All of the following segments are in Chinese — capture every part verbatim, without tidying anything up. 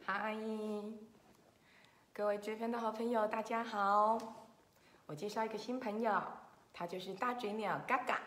嗨，各位追分的好朋友，大家好！我介绍一个新朋友，他就是大嘴鸟嘎嘎。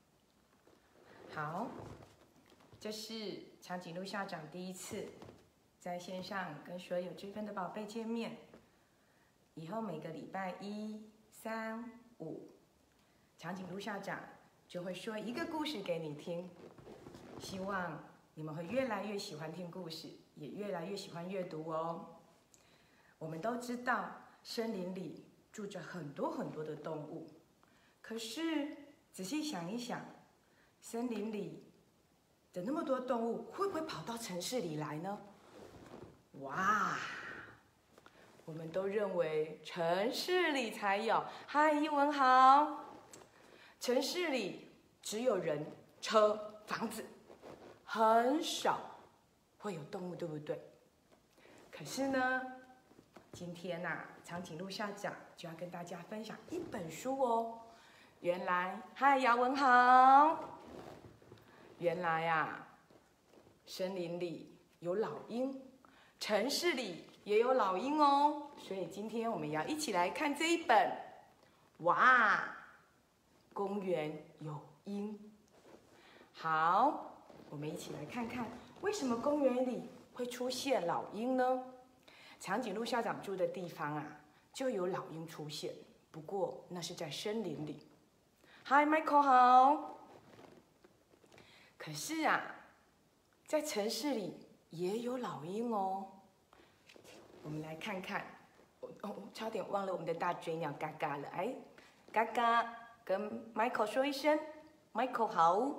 好，这是长颈鹿校长第一次在线上跟所有追分的宝贝见面。以后每个礼拜一、三、五，长颈鹿校长就会说一个故事给你听。希望你们会越来越喜欢听故事，也越来越喜欢阅读哦。我们都知道，森林里住着很多很多的动物，可是仔细想一想，森林里的那么多动物，会不会跑到城市里来呢？哇！我们都认为城市里才有。嗨，一文好。城市里只有人、车、房子，很少会有动物，对不对？可是呢，今天呐、啊，长颈鹿校长就要跟大家分享一本书哦。原来，嗨，雅文好。原来啊，森林里有老鹰，城市里也有老鹰哦。所以今天我们要一起来看这一本。哇，公园有鹰。好，我们一起来看看为什么公园里会出现老鹰呢？长颈鹿校长住的地方啊，就有老鹰出现，不过那是在森林里。嗨 ，Michael 好。可是啊，在城市里也有老鹰哦。我们来看看，哦，差点忘了我们的大嘴鸟嘎嘎了。哎，嘎嘎，跟 Michael 说一声 ，Michael 好。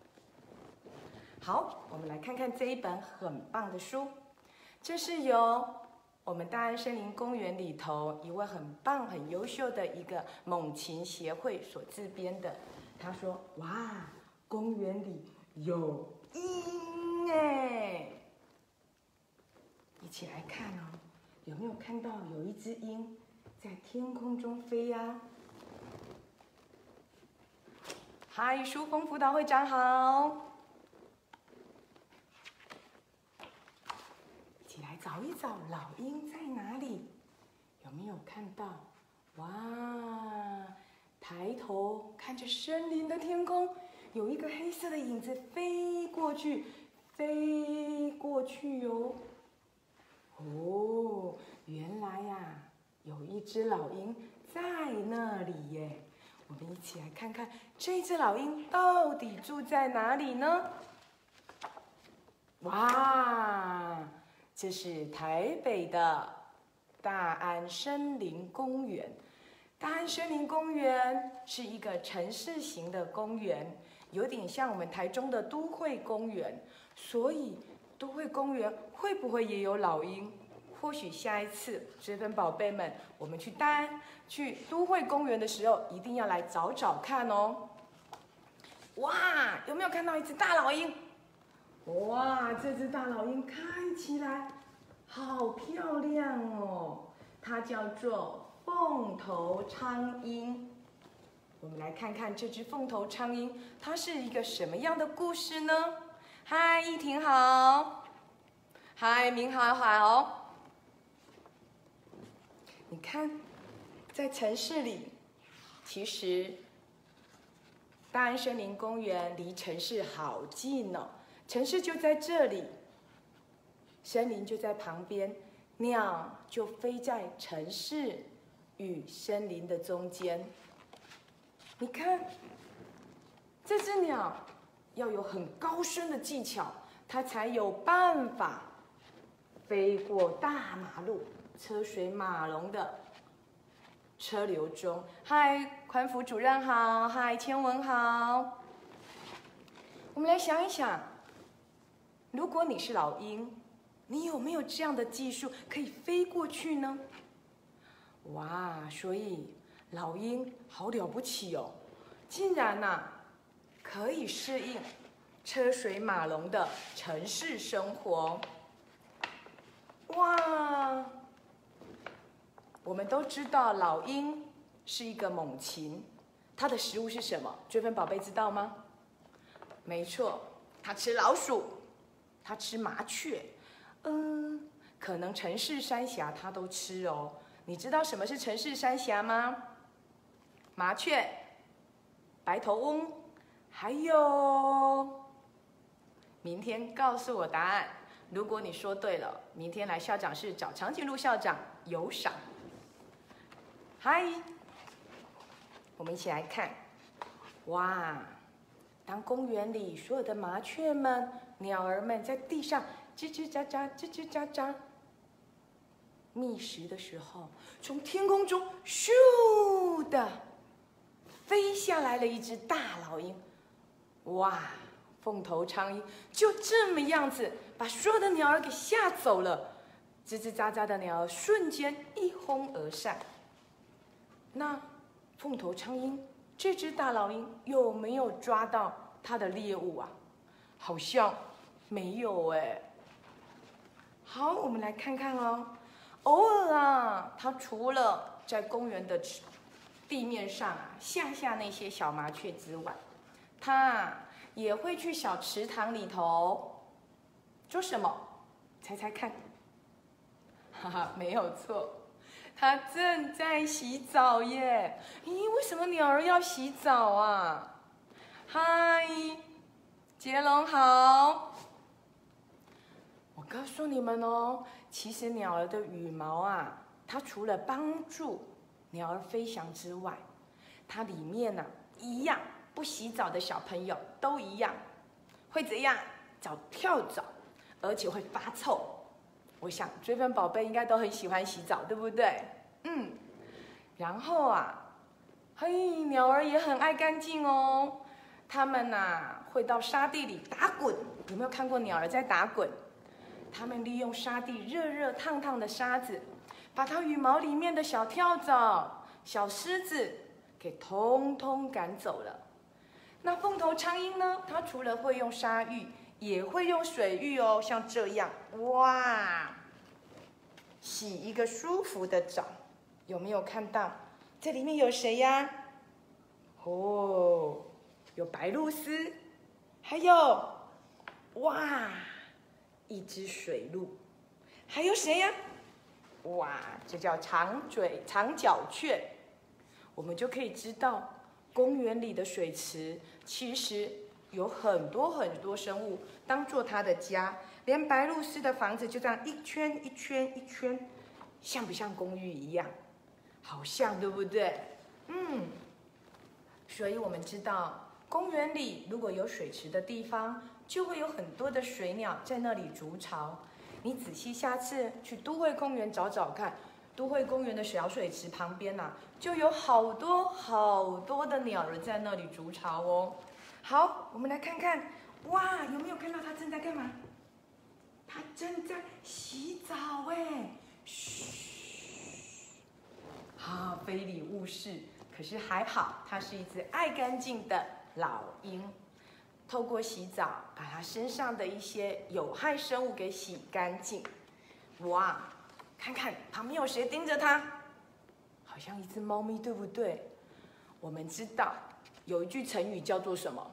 好，我们来看看这一本很棒的书。这是由我们大安森林公园里头一位很棒、很优秀的一个猛禽协会所自编的。他说：“哇，公园里有鹰哎！”一起来看哦，有没有看到有一只鹰在天空中飞呀？嗨，淑峰辅导会长好。一起来找一找老鹰在哪里？有没有看到？哇！抬头看着森林的天空，有一个黑色的影子飞过去，飞过去哟。哦，原来呀、啊，有一只老鹰在那里耶。我们一起来看看这只老鹰到底住在哪里呢？哇！这是台北的大安森林公园。大安森林公园是一个城市型的公园，有点像我们台中的都会公园。所以，都会公园会不会也有老鹰？或许下一次，追分宝贝们，我们去大安、去都会公园的时候，一定要来找找看哦。哇，有没有看到一只大老鹰？哇，这只大老鹰看起来好漂亮哦，它叫做凤头苍鹰。我们来看看这只凤头苍鹰，它是一个什么样的故事呢？嗨，依婷好。嗨，明豪好。你看，在城市里，其实大安森林公园离城市好近哦。城市就在这里，森林就在旁边，鸟就飞在城市与森林的中间。你看，这只鸟要有很高深的技巧，它才有办法飞过大马路，车水马龙的车流中。嗨，宽福主任好，嗨，千文好。我们来想一想。如果你是老鹰，你有没有这样的技术可以飞过去呢？哇，所以老鹰好了不起哦，竟然呐、啊、可以适应车水马龙的城市生活。哇，我们都知道老鹰是一个猛禽，它的食物是什么？追分宝贝知道吗？没错，它吃老鼠。它吃麻雀，嗯， 可能城市山峡它都吃哦。你知道什么是城市山峡吗？麻雀、白头翁，还有，明天告诉我答案。如果你说对了，明天来校长室找长颈鹿校长有赏。嗨，我们一起来看，哇！当公园里所有的麻雀们、鸟儿们在地上吱吱喳喳、吱吱喳喳觅食的时候，从天空中咻的飞下来了一只大老鹰。哇！凤头苍鹰就这么样子把所有的鸟儿给吓走了，吱吱喳喳的鸟儿瞬间一哄而散。那凤头苍鹰这只大老鹰有没有抓到它的猎物啊？好像没有哎。好，我们来看看哦。偶尔啊，它除了在公园的地面上啊吓吓那些小麻雀之外，它也会去小池塘里头做什么？猜猜看。哈哈，没有错。它正在洗澡耶！咦，为什么鸟儿要洗澡啊？嗨，杰龙好。我告诉你们哦，其实鸟儿的羽毛啊，它除了帮助鸟儿飞翔之外，它里面呢、啊、一样，不洗澡的小朋友都一样，会怎样？找跳蚤，而且会发臭。我想追分宝贝应该都很喜欢洗澡，对不对？嗯，然后啊，嘿，鸟儿也很爱干净哦。它们呐、啊、会到沙地里打滚，有没有看过鸟儿在打滚？它们利用沙地热热烫烫的沙子，把它羽毛里面的小跳蚤、小虱子给通通赶走了。那凤头苍鹰呢？它除了会用沙浴，也会用水浴哦，像这样，哇，洗一个舒服的澡。有没有看到？这里面有谁呀？哦，有白鹭鸶，还有，哇，一只水鹿，还有谁呀？哇，这叫长嘴长脚雀。我们就可以知道，公园里的水池其实有很多很多生物当做它的家，连白鹭鸶的房子就这样一圈一圈一圈，像不像公寓一样？好像，对不对？嗯，所以我们知道，公园里如果有水池的地方，就会有很多的水鸟在那里筑巢。你仔细下次去都会公园找找看，都会公园的小水池旁边啊，就有好多好多的鸟儿在那里筑巢哦。好，我们来看看，哇，有没有看到它正在干嘛？它正在洗澡哎，嘘。啊，非礼勿视。可是还好，它是一只爱干净的老鹰。透过洗澡，把它身上的一些有害生物给洗干净。哇，看看旁边有谁盯着它？好像一只猫咪，对不对？我们知道有一句成语叫做什么？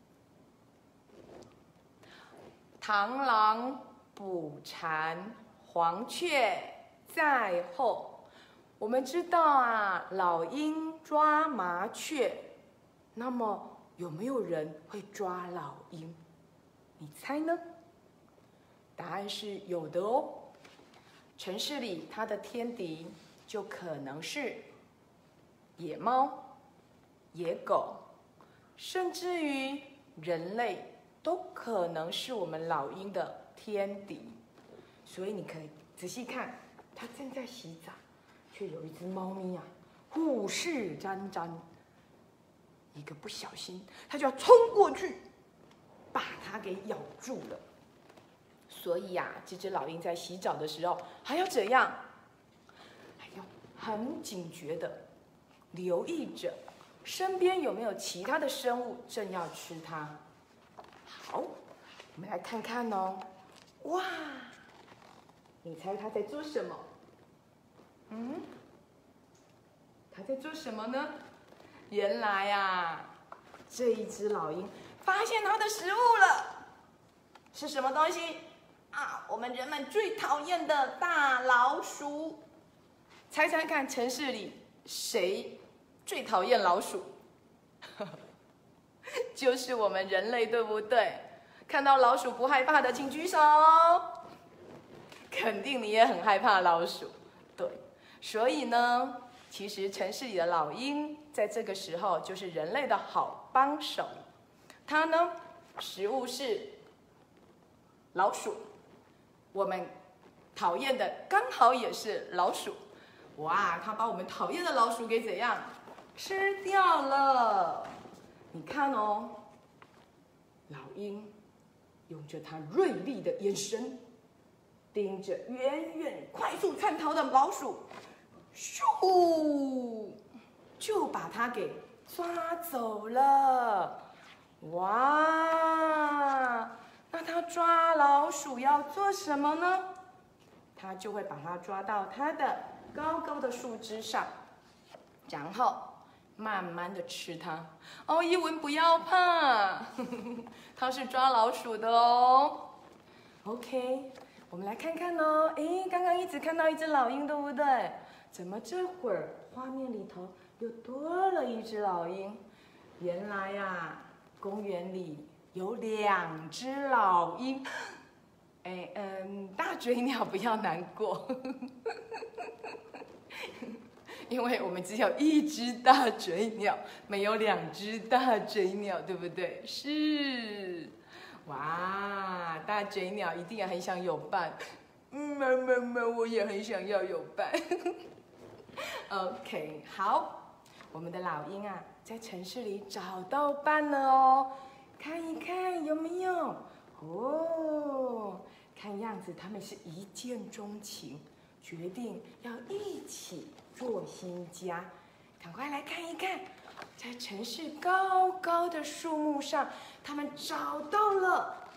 螳螂捕蝉，黄雀在后。我们知道啊，老鹰抓麻雀，那么有没有人会抓老鹰？你猜呢？答案是有的哦。城市里它的天敌就可能是野猫、野狗，甚至于人类都可能是我们老鹰的天敌。所以你可以仔细看，它正在洗澡。却有一只猫咪啊，虎视眈眈，一个不小心，它就要冲过去，把它给咬住了。所以啊，这只老鹰在洗澡的时候还要怎样？还要很警觉的留意着身边有没有其他的生物正要吃它。好，我们来看看哦。哇，你猜它在做什么？嗯，他在做什么呢？原来啊，这一只老鹰发现它的食物了，是什么东西？ 啊，我们人们最讨厌的大老鼠。猜猜看，城市里谁最讨厌老鼠？就是我们人类，对不对？看到老鼠不害怕的，请举手。肯定你也很害怕老鼠，对。所以呢，其实城市里的老鹰在这个时候就是人类的好帮手。它呢，食物是老鼠，我们讨厌的刚好也是老鼠。哇，它把我们讨厌的老鼠给怎样吃掉了？你看哦，老鹰用着它锐利的眼神，盯着远远快速窜逃的老鼠，咻，就把它给抓走了。哇，那它抓老鼠要做什么呢？它就会把它抓到它的高高的树枝上，然后慢慢的吃它。哦，一文不要怕，它是抓老鼠的哦。OK， 我们来看看哦。诶，刚刚一直看到一只老鹰，对不对？怎么这会儿画面里头又多了一只老鹰？原来呀、啊，公园里有两只老鹰。哎，嗯，大嘴鸟不要难过，因为我们只有一只大嘴鸟，没有两只大嘴鸟，对不对？是，哇，大嘴鸟一定也很想有伴。嗯，妈妈妈，我也很想要有伴。OK， 好，我们的老鹰啊，在城市里找到伴了哦，看一看有没有？哦。看样子他们是一见钟情，决定要一起做新家。赶快来看一看，在城市高高的树木上，他们找到了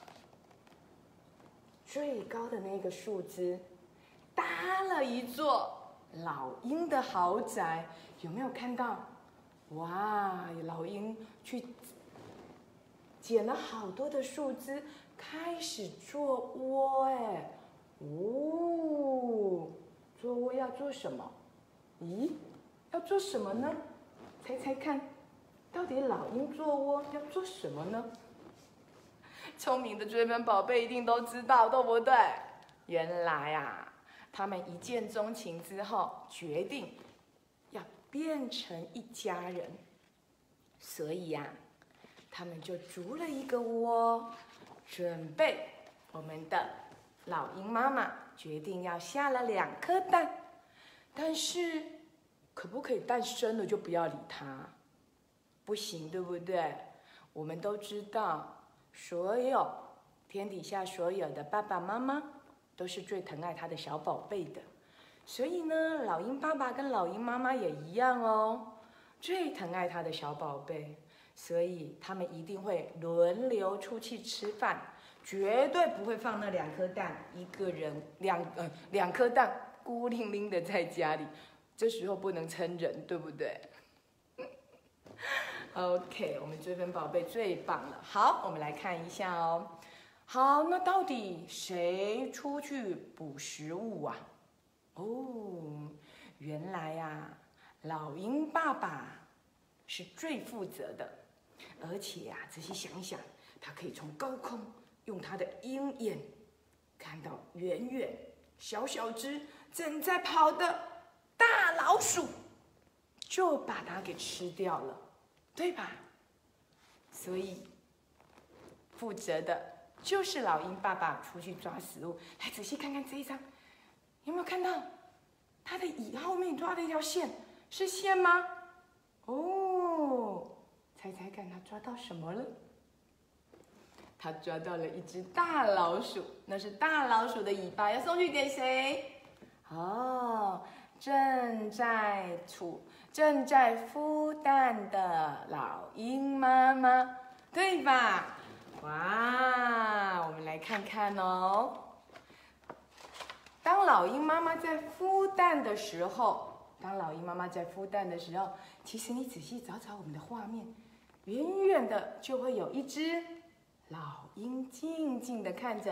最高的那个树枝，搭了一座老鹰的豪宅。有没有看到？哇，老鹰去捡了好多的树枝。开始做窝，哎，哦，做窝要做什么？咦，要做什么呢？猜猜看，到底老鹰做窝要做什么呢？聪明的追分宝贝一定都知道，对不对？原来啊，他们一见钟情之后，决定要变成一家人，所以呀、啊，他们就筑了一个窝。准备，我们的老鹰妈妈决定要下了两颗蛋，但是可不可以蛋生了就不要理它？不行，对不对？我们都知道，所有天底下所有的爸爸妈妈都是最疼爱他的小宝贝的，所以呢，老鹰爸爸跟老鹰妈妈也一样哦，最疼爱他的小宝贝。所以他们一定会轮流出去吃饭，绝对不会放那两颗蛋，一个人两呃两颗蛋孤零零的在家里，这时候不能称人，对不对 ？OK， 我们追分宝贝最棒了。好，我们来看一下哦。好，那到底谁出去捕食物啊？哦，原来呀、啊，老鹰爸爸是最负责的。而且呀、啊，仔细想一想，他可以从高空用他的鹰眼看到远远小小只正在跑的大老鼠，就把它给吃掉了，对吧？所以负责的就是老鹰爸爸出去抓食物。来仔细看看这一张，有没有看到它的尾后面抓的一条线？是线吗？哦。猜猜看，他抓到什么了？他抓到了一只大老鼠，那是大老鼠的尾巴，要送去给谁？哦，正在处正在孵蛋的老鹰妈妈，对吧？哇，我们来看看哦。当老鹰妈妈在孵蛋的时候，当老鹰妈妈在孵蛋的时候，其实你仔细找找我们的画面。远远的就会有一只老鹰静静的看着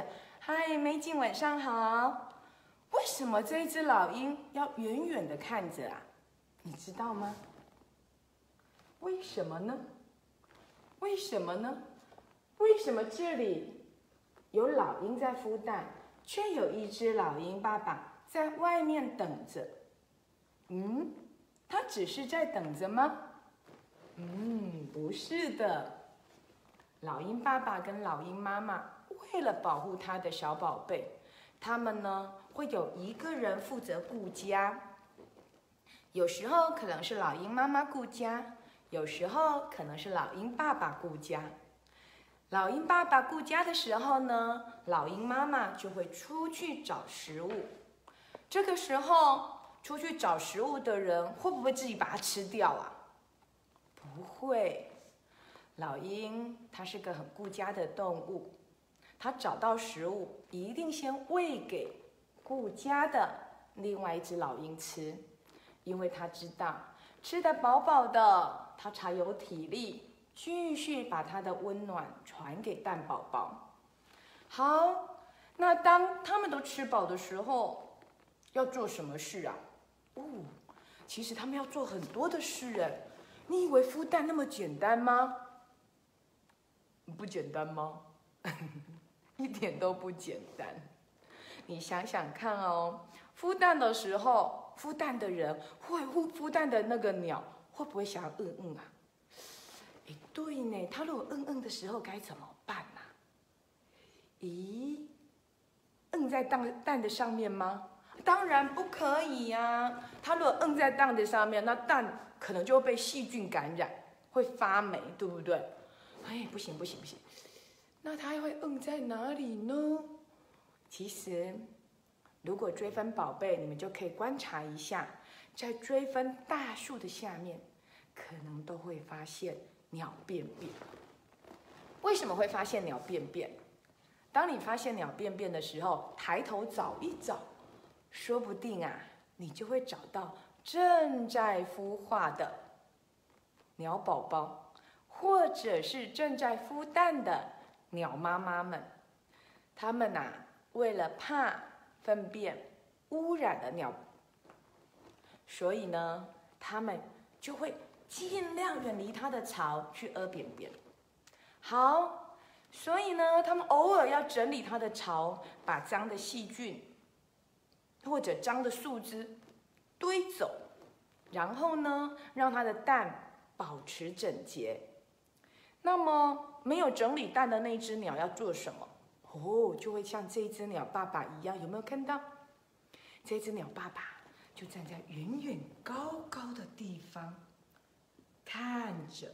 嗨，美景，晚上好。为什么这一只老鹰要远远的看着啊？你知道吗？为什么呢？为什么呢？为什么这里有老鹰在孵蛋，却有一只老鹰爸爸在外面等着？嗯，它只是在等着吗？嗯，不是的。老鹰爸爸跟老鹰妈妈为了保护他的小宝贝，他们呢会有一个人负责顾家。有时候可能是老鹰妈妈顾家，有时候可能是老鹰爸爸顾家。老鹰爸爸顾家的时候呢，老鹰妈妈就会出去找食物。这个时候出去找食物的人会不会自己把它吃掉啊？不会。老鹰它是个很顾家的动物，它找到食物一定先喂给顾家的另外一只老鹰吃，因为它知道吃得饱饱的，它才有体力继续把它的温暖传给蛋宝宝。好，那当他们都吃饱的时候，要做什么事啊？哦，其实他们要做很多的事哎。你以为孵蛋那么简单吗？不简单吗？一点都不简单。你想想看哦，孵蛋的时候，孵蛋的人会孵孵蛋的那个鸟会不会想要嗯嗯啊？哎，对呢，它如果嗯嗯的时候该怎么办啊？咦，嗯在蛋蛋的上面吗？当然不可以呀！它如果嗯在蛋的上面，那蛋可能就会被细菌感染，会发霉，对不对？哎，不行不行不行，那它会嗯在哪里呢？其实，如果追分宝贝，你们就可以观察一下，在追分大树的下面，可能都会发现鸟便便。为什么会发现鸟便便？当你发现鸟便便的时候，抬头找一找，说不定啊，你就会找到正在孵化的鸟宝宝。或者是正在孵蛋的鸟妈妈们，他们呐、啊，为了怕粪便污染了鸟，所以呢，他们就会尽量远离它的巢去屙便便。好，所以呢，他们偶尔要整理它的巢，把脏的细菌或者脏的树枝堆走，然后呢，让它的蛋保持整洁。那么没有整理蛋的那只鸟要做什么？哦，就会像这只鸟爸爸一样，有没有看到？这只鸟爸爸就站在远远高高的地方，看着，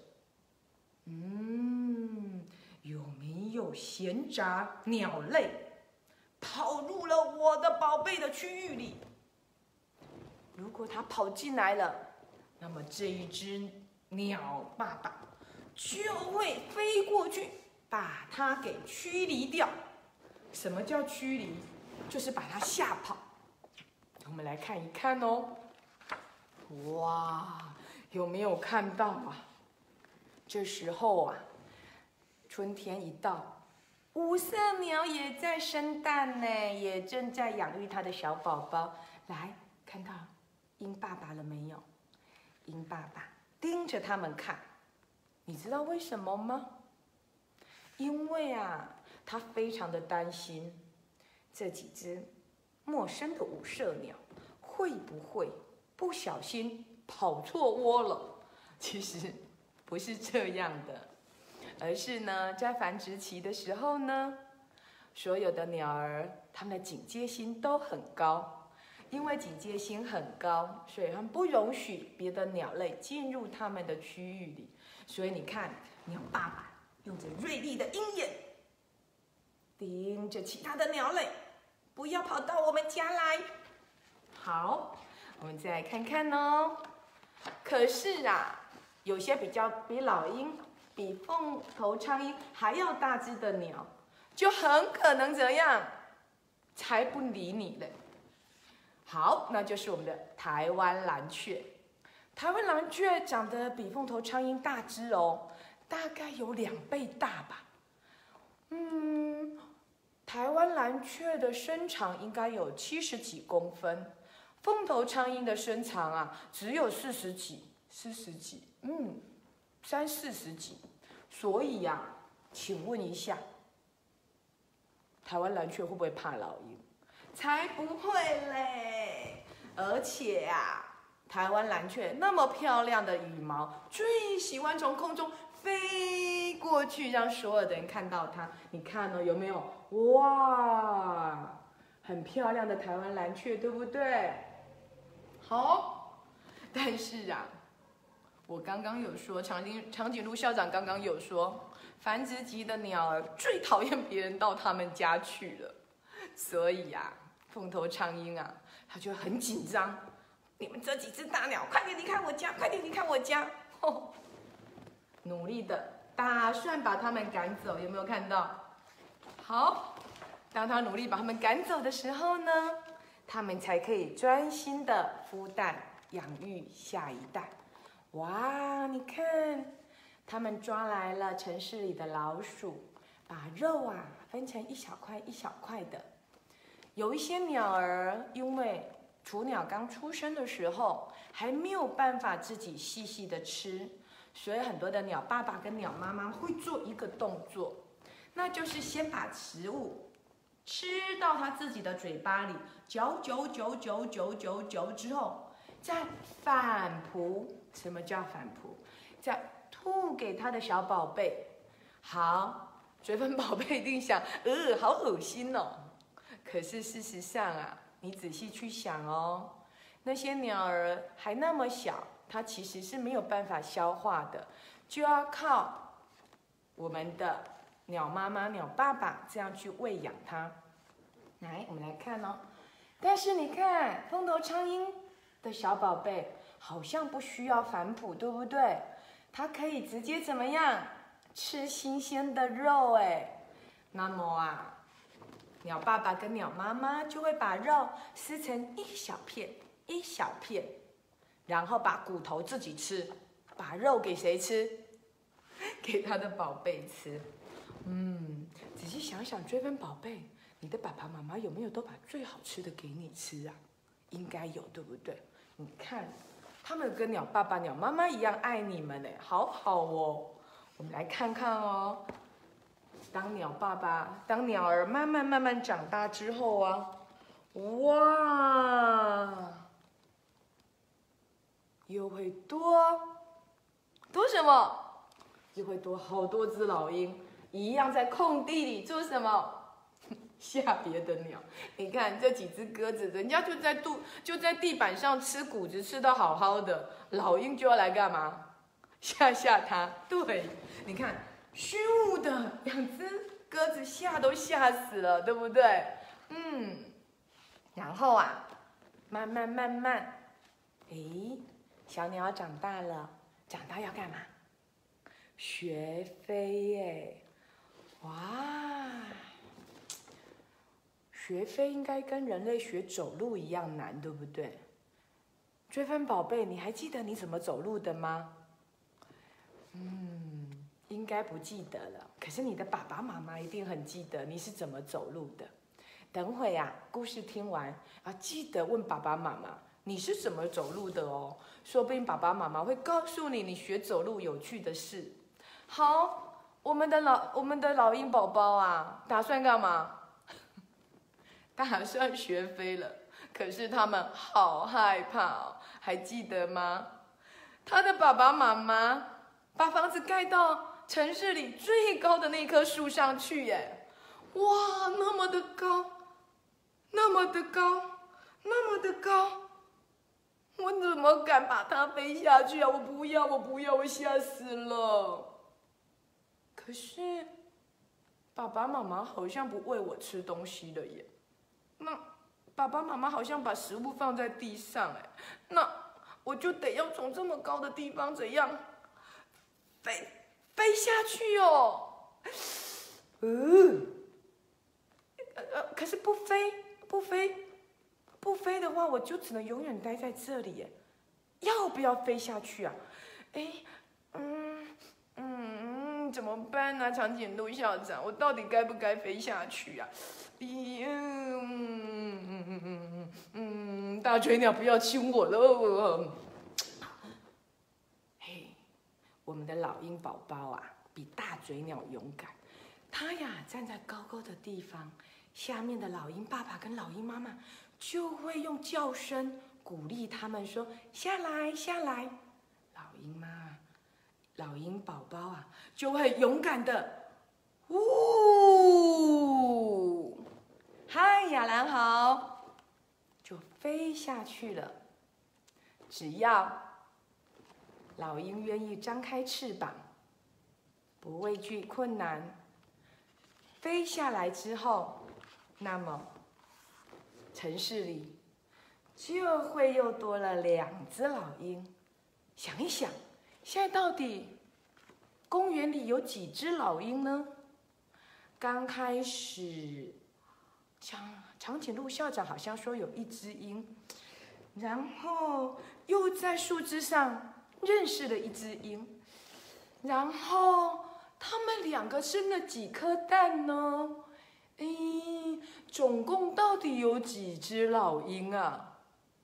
嗯，有没有闲杂鸟类跑入了我的宝贝的区域里？如果它跑进来了，那么这一只鸟爸爸就会飞过去，把它给驱离掉。什么叫驱离？就是把它吓跑。我们来看一看哦。哇，有没有看到啊？这时候啊，春天一到，五色鸟也在生蛋呢，也正在养育它的小宝宝。来，看到鹰爸爸了没有？鹰爸爸盯着他们看。你知道为什么吗？因为啊，他非常的担心这几只陌生的五色鸟会不会不小心跑错窝了。其实不是这样的，而是呢，在繁殖期的时候呢，所有的鸟儿它们的警戒心都很高。因为警戒心很高，所以他们不容许别的鸟类进入他们的区域里。所以你看，鸟爸爸用着锐利的鹰眼，盯着其他的鸟类，不要跑到我们家来。好，我们再来看看哦。可是啊，有些比较比老鹰、比凤头苍鹰还要大只的鸟，就很可能怎样，才不理你嘞。好，那就是我们的台湾蓝雀。台湾蓝雀长得比凤头苍鹰大只哦，大概有两倍大吧。嗯， 台湾蓝雀的身长应该有七十几公分，凤头苍鹰的身长啊只有四十几，四十几，嗯，三四十几。所以呀、啊，请问一下，台湾蓝雀会不会怕老鹰？才不会嘞！而且啊，台湾蓝雀那么漂亮的羽毛，最喜欢从空中飞过去，让所有的人看到它。你看哦，有没有？哇，很漂亮的台湾蓝雀，对不对？好，但是啊，我刚刚有说，长颈长颈鹿校长刚刚有说，繁殖级的鸟儿最讨厌别人到他们家去了，所以呀、啊，凤头苍鹰啊，他就很紧张。你们这几只大鸟，快点离开我家！快点离开我家！哦，努力的打算把它们赶走，有没有看到？好，当他努力把它们赶走的时候呢，它们才可以专心的孵蛋，养育下一代。哇，你看，他们抓来了城市里的老鼠，把肉啊分成一小块一小块的。有一些鸟儿，因为雏鸟刚出生的时候还没有办法自己细细的吃，所以很多的鸟爸爸跟鸟妈妈会做一个动作，那就是先把食物吃到它自己的嘴巴里，嚼嚼嚼嚼嚼嚼嚼之后，再反刍。什么叫反刍？再吐给他的小宝贝。好，追分宝贝一定想，呃，好恶心哦。可是事实上啊，你仔细去想哦，那些鸟儿还那么小，它其实是没有办法消化的，就要靠我们的鸟妈妈、鸟爸爸这样去喂养它。来，我们来看哦。但是你看，凤头苍鹰的小宝贝好像不需要反刍，对不对？它可以直接怎么样？吃新鲜的肉哎。那么啊，鸟爸爸跟鸟妈妈就会把肉撕成一小片一小片，然后把骨头自己吃，把肉给谁吃？给他的宝贝吃。嗯，仔细想想，追分宝贝，你的爸爸妈妈有没有都把最好吃的给你吃啊？应该有，对不对？你看，他们跟鸟爸爸、鸟妈妈一样爱你们呢，好好哦。我们来看看哦。当鸟爸爸、当鸟儿慢慢慢慢长大之后啊，哇，又会多多什么？又会多好多只老鹰，一样在空地里做什么？吓别的鸟。你看这几只鸽子，人家就在肚就在地板上吃谷子，吃得好好的，老鹰就要来干嘛？吓吓它。对，你看，咻的，两只鸽子吓都吓死了，对不对？嗯，然后啊，慢慢慢慢，诶，小鸟长大了，长大要干嘛？学飞耶！哇！学飞应该跟人类学走路一样难，对不对？追分宝贝，你还记得你怎么走路的吗？嗯，应该不记得了。可是你的爸爸妈妈一定很记得你是怎么走路的。等会啊，故事听完啊，记得问爸爸妈妈你是怎么走路的哦。说不定爸爸妈妈会告诉你你学走路有趣的事。好，我们的老我们的老鹰宝宝啊，打算干嘛？打算学飞了，可是他们好害怕哦，还记得吗？他的爸爸妈妈把房子盖到城市里最高的那棵树上去耶！哇，那么的高，那么的高，那么的高，我怎么敢把它飞下去啊？我不要，我不要，我吓死了。可是爸爸妈妈好像不喂我吃东西了耶。那爸爸妈妈好像把食物放在地上，哎，那我就得要从这么高的地方怎样飞飞下去哦？嗯，呃，可是不飞不飞不飞的话，我就只能永远待在这里耶。要不要飞下去啊？哎，嗯嗯， 嗯，怎么办呢、啊？长颈鹿校长，我到底该不该飞下去啊？嗯嗯嗯嗯嗯嗯，大嘴鸟不要亲我了。嘿，我们的老鹰宝宝啊，比大嘴鸟勇敢。它呀，站在高高的地方，下面的老鹰爸爸跟老鹰妈妈就会用叫声鼓励他们说：“下来，下来。”老鹰妈，老鹰宝宝啊，就会勇敢的，呜，嗨，亚兰好，就飞下去了。只要老鹰愿意张开翅膀，不畏惧困难，飞下来之后，那么城市里就会又多了两只老鹰。想一想，现在到底公园里有几只老鹰呢？刚开始，长长颈鹿校长好像说有一只鹰，然后又在树枝上认识了一只鹰，然后他们两个生了几颗蛋呢？诶，总共到底有几只老鹰啊？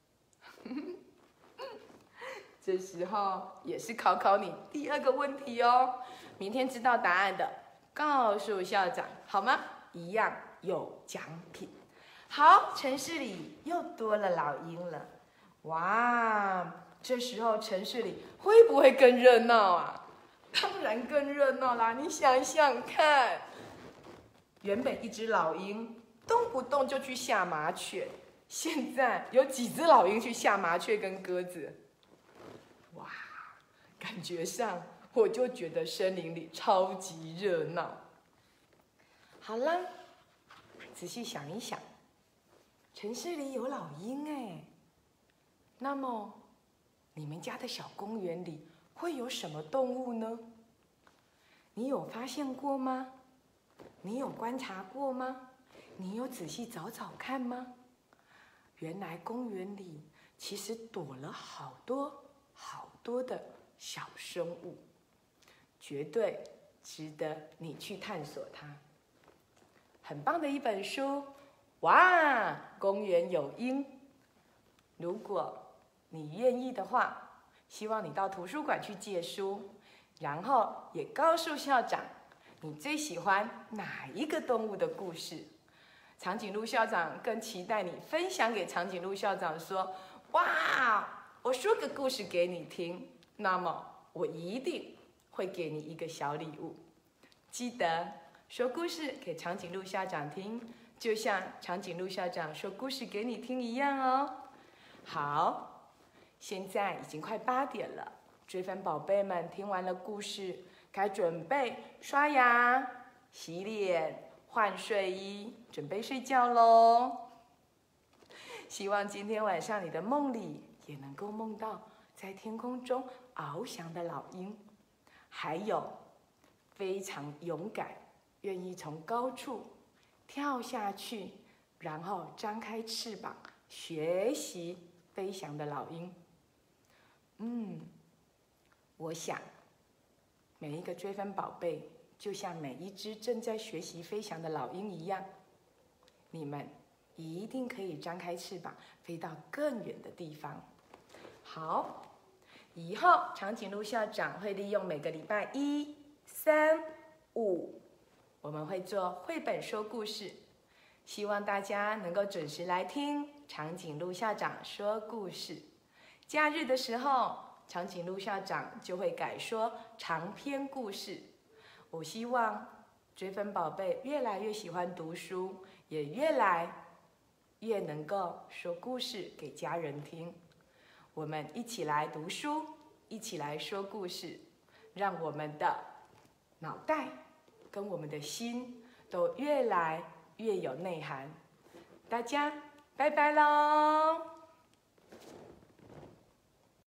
这时候也是考考你第二个问题哦。明天知道答案的，告诉校长好吗？一样有奖品。好，城市里又多了老鹰了。哇，这时候城市里会不会更热闹啊？当然更热闹啦！你想想看，原本一只老鹰动不动就去吓麻雀，现在有几只老鹰去吓麻雀跟鸽子？哇，感觉上我就觉得森林里超级热闹。好了，仔细想一想，城市里有老鹰哎，那么你们家的小公园里会有什么动物呢？你有发现过吗？你有观察过吗？你有仔细找找看吗？原来公园里其实躲了好多好多的小生物，绝对值得你去探索它。很棒的一本书，哇！公园有鹰。如果你愿意的话，希望你到图书馆去借书，然后也告诉校长你最喜欢哪一个动物的故事。长颈鹿校长更期待你分享给长颈鹿校长说：“哇，我说个故事给你听，那么我一定会给你一个小礼物。”记得说故事给长颈鹿校长听，就像长颈鹿校长说故事给你听一样哦。好，现在已经快八点了，追分宝贝们听完了故事，该准备刷牙、洗脸、换睡衣，准备睡觉喽。希望今天晚上你的梦里也能够梦到在天空中翱翔的老鹰，还有非常勇敢，愿意从高处跳下去，然后张开翅膀学习飞翔的老鹰。嗯，我想每一个追分宝贝就像每一只正在学习飞翔的老鹰一样，你们一定可以张开翅膀飞到更远的地方。好，以后长颈鹿校长会利用每个礼拜一、三、五，我们会做绘本说故事，希望大家能够准时来听长颈鹿校长说故事。假日的时候，长颈鹿校长就会改说长篇故事。我希望追分宝贝越来越喜欢读书，也越来越能够说故事给家人听。我们一起来读书，一起来说故事，让我们的脑袋跟我们的心都越来越有内涵。大家拜拜喽！